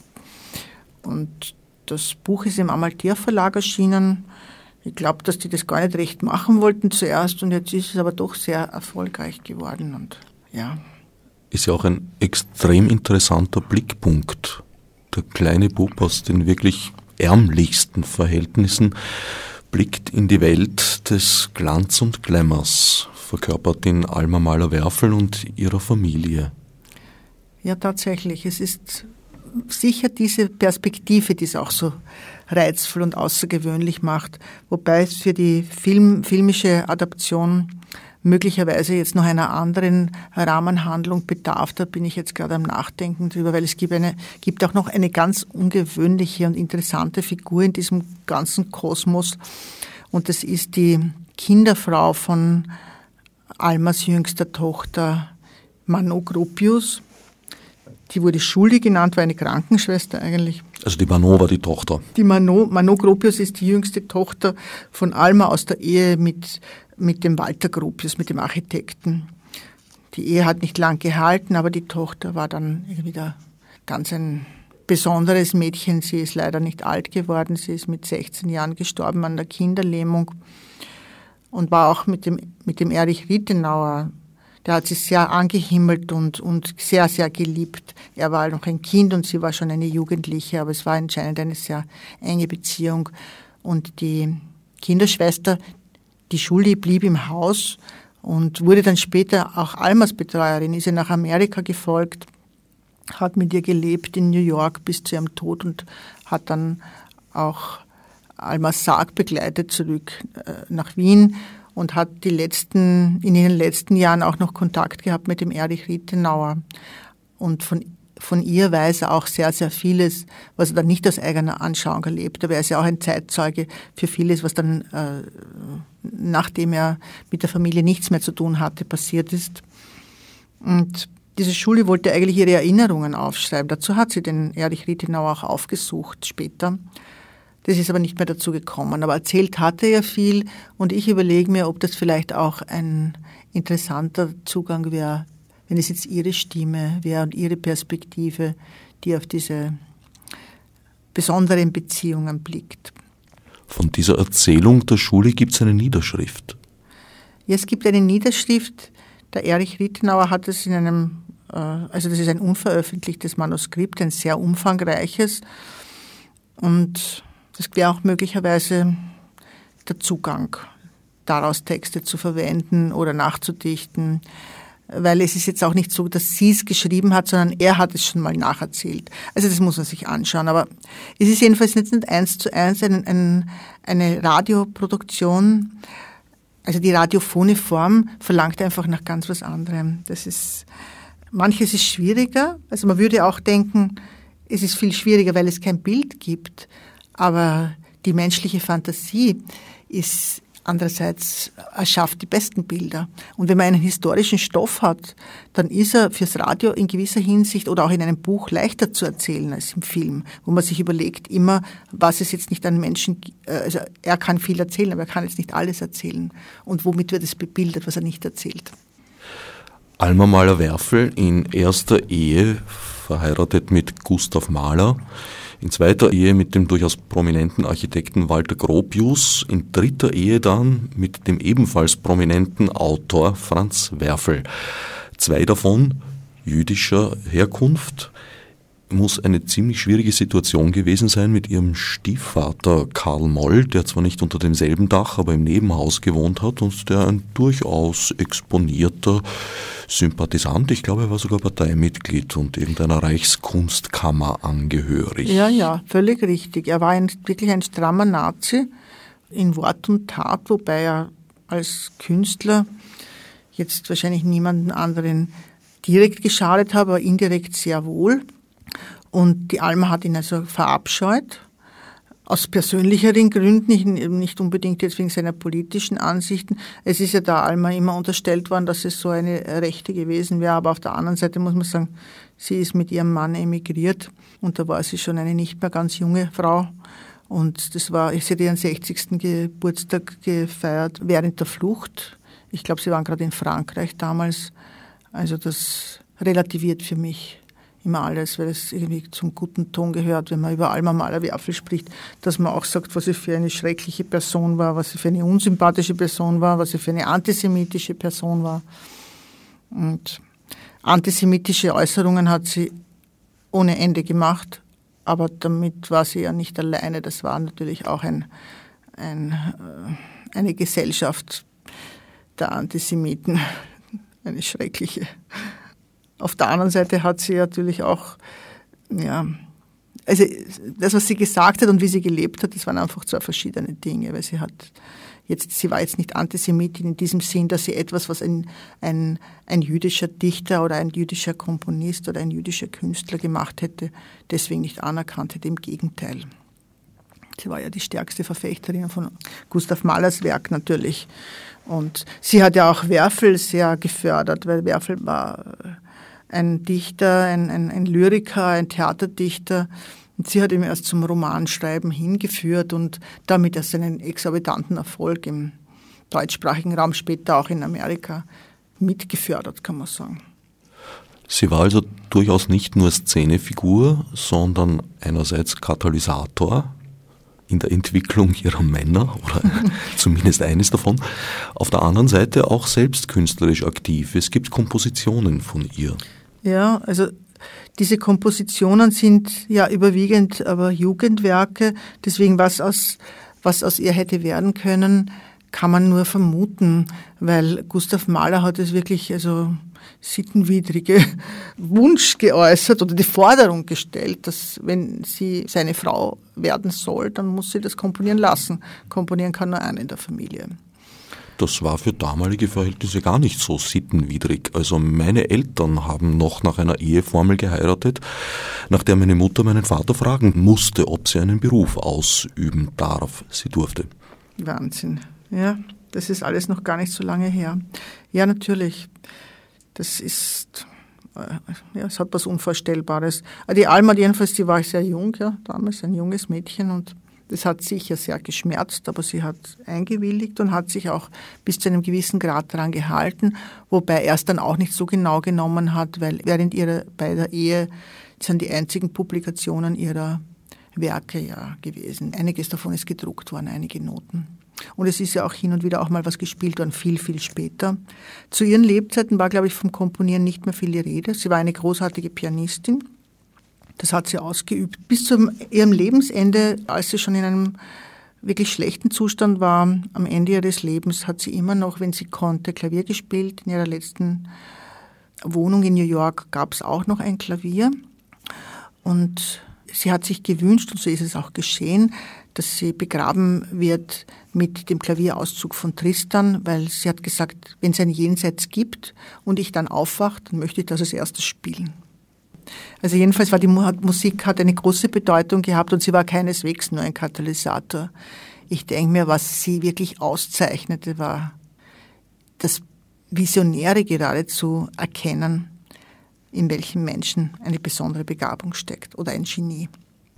Und das Buch ist im Amalthea Verlag erschienen. Ich glaube, dass die das gar nicht recht machen wollten zuerst und jetzt ist es aber doch sehr erfolgreich geworden und ja. Ist ja auch ein extrem interessanter Blickpunkt. Der kleine Bub aus den wirklich ärmlichsten Verhältnissen blickt in die Welt des Glanz und Glamours, verkörpert in Alma Mahler-Werfel und ihrer Familie. Ja, tatsächlich. Es ist sicher diese Perspektive, die es auch so reizvoll und außergewöhnlich macht, wobei es für die filmische Adaption möglicherweise jetzt noch einer anderen Rahmenhandlung bedarf. Da bin ich jetzt gerade am Nachdenken drüber, weil es gibt auch noch eine ganz ungewöhnliche und interessante Figur in diesem ganzen Kosmos. Und das ist die Kinderfrau von Almas jüngster Tochter Manon Gropius. Die wurde Schuldi genannt, war eine Krankenschwester eigentlich. Also die Manon war die Tochter. Die Manon Gropius ist die jüngste Tochter von Alma aus der Ehe mit dem Walter Gropius, mit dem Architekten. Die Ehe hat nicht lang gehalten, aber die Tochter war dann irgendwie da ganz ein besonderes Mädchen. Sie ist leider nicht alt geworden. Sie ist mit 16 Jahren gestorben an der Kinderlähmung und war auch mit dem Erich Rittenauer. Der hat sie sehr angehimmelt und sehr, sehr geliebt. Er war noch ein Kind und sie war schon eine Jugendliche, aber es war anscheinend eine sehr enge Beziehung. Und die Kinderschwester, die Julie, blieb im Haus und wurde dann später auch Almas Betreuerin, ist ihr nach Amerika gefolgt, hat mit ihr gelebt in New York bis zu ihrem Tod und hat dann auch Almas Sarg begleitet zurück nach Wien und hat in ihren letzten Jahren auch noch Kontakt gehabt mit dem Erich Rittenauer. Und von ihr weiß er auch sehr, sehr vieles, was er dann nicht aus eigener Anschauung erlebt. Aber er ist ja auch ein Zeitzeuge für vieles, was dann, nachdem er mit der Familie nichts mehr zu tun hatte, passiert ist. Und diese Julie wollte eigentlich ihre Erinnerungen aufschreiben. Dazu hat sie den Erich Rittenauer auch aufgesucht später. Das ist aber nicht mehr dazu gekommen. Aber erzählt hatte er viel und ich überlege mir, ob das vielleicht auch ein interessanter Zugang wäre, wenn es jetzt ihre Stimme wäre und ihre Perspektive, die auf diese besonderen Beziehungen blickt. Von dieser Erzählung der Schule gibt es eine Niederschrift. Ja, es gibt eine Niederschrift. Der Erich Rittenauer hat es in einem, also das ist ein unveröffentlichtes Manuskript, ein sehr umfangreiches. Und das wäre auch möglicherweise der Zugang, daraus Texte zu verwenden oder nachzudichten. Weil es ist jetzt auch nicht so, dass sie es geschrieben hat, sondern er hat es schon mal nacherzählt. Also das muss man sich anschauen. Aber es ist jedenfalls nicht 1:1 eine Radioproduktion. Also die radiophone Form verlangt einfach nach ganz was anderem. Manches ist schwieriger. Also man würde auch denken, es ist viel schwieriger, weil es kein Bild gibt. Aber die menschliche Fantasie ist andererseits erschafft die besten Bilder. Und wenn man einen historischen Stoff hat, dann ist er fürs Radio in gewisser Hinsicht oder auch in einem Buch leichter zu erzählen als im Film, wo man sich überlegt immer, was es jetzt nicht an Menschen, also er kann viel erzählen, aber er kann jetzt nicht alles erzählen. Und womit wird es bebildert, was er nicht erzählt? Alma Mahler-Werfel in erster Ehe, verheiratet mit Gustav Mahler, in zweiter Ehe mit dem durchaus prominenten Architekten Walter Gropius, in dritter Ehe dann mit dem ebenfalls prominenten Autor Franz Werfel. 2 davon jüdischer Herkunft. Muss eine ziemlich schwierige Situation gewesen sein mit ihrem Stiefvater Karl Moll, der zwar nicht unter demselben Dach, aber im Nebenhaus gewohnt hat und der ein durchaus exponierter Sympathisant, ich glaube, er war sogar Parteimitglied und irgendeiner Reichskunstkammer angehörig. Ja, völlig richtig. Er war wirklich ein strammer Nazi in Wort und Tat, wobei er als Künstler jetzt wahrscheinlich niemanden anderen direkt geschadet hat, aber indirekt sehr wohl. Und die Alma hat ihn also verabscheut, aus persönlicheren Gründen, nicht unbedingt jetzt wegen seiner politischen Ansichten. Es ist ja der Alma immer unterstellt worden, dass es so eine Rechte gewesen wäre, aber auf der anderen Seite muss man sagen, sie ist mit ihrem Mann emigriert und da war sie schon eine nicht mehr ganz junge Frau. Und sie hat ihren 60. Geburtstag gefeiert während der Flucht. Ich glaube, sie waren gerade in Frankreich damals. Also das relativiert für mich immer alles, weil es irgendwie zum guten Ton gehört, wenn man über Alma Mahler-Werfel spricht, dass man auch sagt, was sie für eine schreckliche Person war, was sie für eine unsympathische Person war, was sie für eine antisemitische Person war. Und antisemitische Äußerungen hat sie ohne Ende gemacht, aber damit war sie ja nicht alleine. Das war natürlich auch eine Gesellschaft der Antisemiten, eine schreckliche. Auf der anderen Seite hat sie natürlich auch, also das, was sie gesagt hat und wie sie gelebt hat, das waren einfach 2 verschiedene Dinge, weil sie war jetzt nicht Antisemitin in diesem Sinn, dass sie etwas, was ein jüdischer Dichter oder ein jüdischer Komponist oder ein jüdischer Künstler gemacht hätte, deswegen nicht anerkannt hätte, im Gegenteil. Sie war ja die stärkste Verfechterin von Gustav Mahlers Werk natürlich. Und sie hat ja auch Werfel sehr gefördert, weil Werfel war ein Dichter, ein Lyriker, ein Theaterdichter. Und sie hat ihn erst zum Romanschreiben hingeführt und damit erst einen exorbitanten Erfolg im deutschsprachigen Raum, später auch in Amerika, mitgefördert, kann man sagen. Sie war also durchaus nicht nur Szenefigur, sondern einerseits Katalysator in der Entwicklung ihrer Männer, oder zumindest eines davon. Auf der anderen Seite auch selbst künstlerisch aktiv. Es gibt Kompositionen von ihr. Ja, also diese Kompositionen sind ja überwiegend aber Jugendwerke. Deswegen, was aus ihr hätte werden können, kann man nur vermuten, weil Gustav Mahler hat es wirklich sittenwidrige Wunsch geäußert oder die Forderung gestellt, dass wenn sie seine Frau werden soll, dann muss sie das komponieren lassen. Komponieren kann nur einer in der Familie. Das war für damalige Verhältnisse gar nicht so sittenwidrig. Also meine Eltern haben noch nach einer Eheformel geheiratet, nach der meine Mutter meinen Vater fragen musste, ob sie einen Beruf ausüben darf. Sie durfte. Wahnsinn. Ja, das ist alles noch gar nicht so lange her. Ja, natürlich. Das ist, es hat was Unvorstellbares. Die Alma jedenfalls, die war sehr jung, ja, damals ein junges Mädchen, und das hat sicher sehr geschmerzt, aber sie hat eingewilligt und hat sich auch bis zu einem gewissen Grad daran gehalten, wobei er es dann auch nicht so genau genommen hat, weil bei der Ehe sind die einzigen Publikationen ihrer Werke ja gewesen. Einiges davon ist gedruckt worden, einige Noten. Und es ist ja auch hin und wieder auch mal was gespielt worden, viel, viel später. Zu ihren Lebzeiten war, glaube ich, vom Komponieren nicht mehr viel die Rede. Sie war eine großartige Pianistin. Das hat sie ausgeübt. Bis zu ihrem Lebensende, als sie schon in einem wirklich schlechten Zustand war, am Ende ihres Lebens, hat sie immer noch, wenn sie konnte, Klavier gespielt. In ihrer letzten Wohnung in New York gab es auch noch ein Klavier. Und sie hat sich gewünscht, und so ist es auch geschehen, dass sie begraben wird mit dem Klavierauszug von Tristan, weil sie hat gesagt, wenn es ein Jenseits gibt und ich dann aufwache, dann möchte ich das als erstes spielen. Also jedenfalls war die Musik hat eine große Bedeutung gehabt, und sie war keineswegs nur ein Katalysator. Ich denke mir, was sie wirklich auszeichnete, war das Visionäre geradezu erkennen, in welchem Menschen eine besondere Begabung steckt oder ein Genie.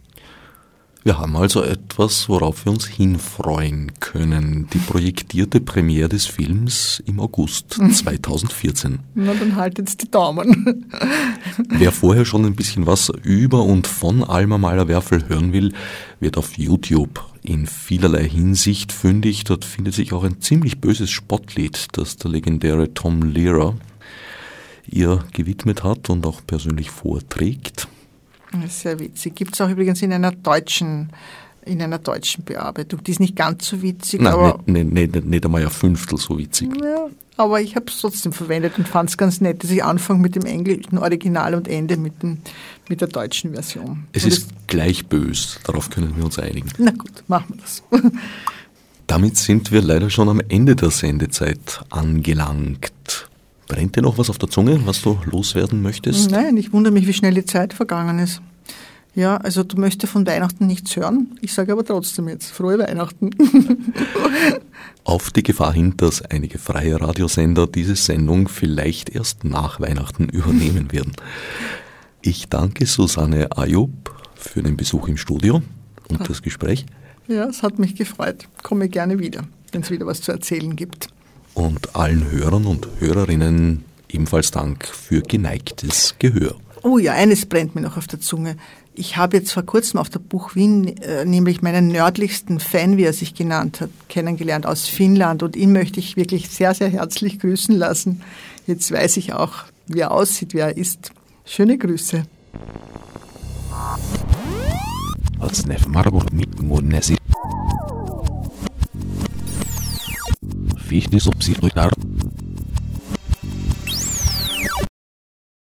Wir haben also etwas, worauf wir uns hinfreuen können. Die projektierte Premiere des Films im August 2014. Na, dann haltet die Daumen. Wer vorher schon ein bisschen was über und von Alma Mahler-Werfel hören will, wird auf YouTube in vielerlei Hinsicht fündig. Dort findet sich auch ein ziemlich böses Spottlied, das der legendäre Tom Lehrer ihr gewidmet hat und auch persönlich vorträgt. Das ist sehr witzig. Gibt es auch übrigens in einer deutschen Bearbeitung. Die ist nicht ganz so witzig. Nein, aber nicht einmal ein Fünftel so witzig. Ja, aber ich habe es trotzdem verwendet und fand es ganz nett, dass ich anfange mit dem englischen Original und ende mit der deutschen Version. Es ist gleich bös, darauf können wir uns einigen. Na gut, machen wir das. Damit sind wir leider schon am Ende der Sendezeit angelangt. Brennt dir noch was auf der Zunge, was du loswerden möchtest? Nein, ich wundere mich, wie schnell die Zeit vergangen ist. Ja, also du möchtest von Weihnachten nichts hören. Ich sage aber trotzdem jetzt, frohe Weihnachten. Auf die Gefahr hin, dass einige freie Radiosender diese Sendung vielleicht erst nach Weihnachten übernehmen werden. Ich danke Susanne Ayub für den Besuch im Studio und das Gespräch. Ja, es hat mich gefreut. Komme gerne wieder, wenn es wieder was zu erzählen gibt. Und allen Hörern und Hörerinnen ebenfalls Dank für geneigtes Gehör. Oh ja, eines brennt mir noch auf der Zunge. Ich habe jetzt vor kurzem auf der Buch Wien nämlich meinen nördlichsten Fan, wie er sich genannt hat, kennengelernt aus Finnland, und ihn möchte ich wirklich sehr, sehr herzlich grüßen lassen. Jetzt weiß ich auch, wie er aussieht, wer er ist. Schöne Grüße. Fichte subsidiar.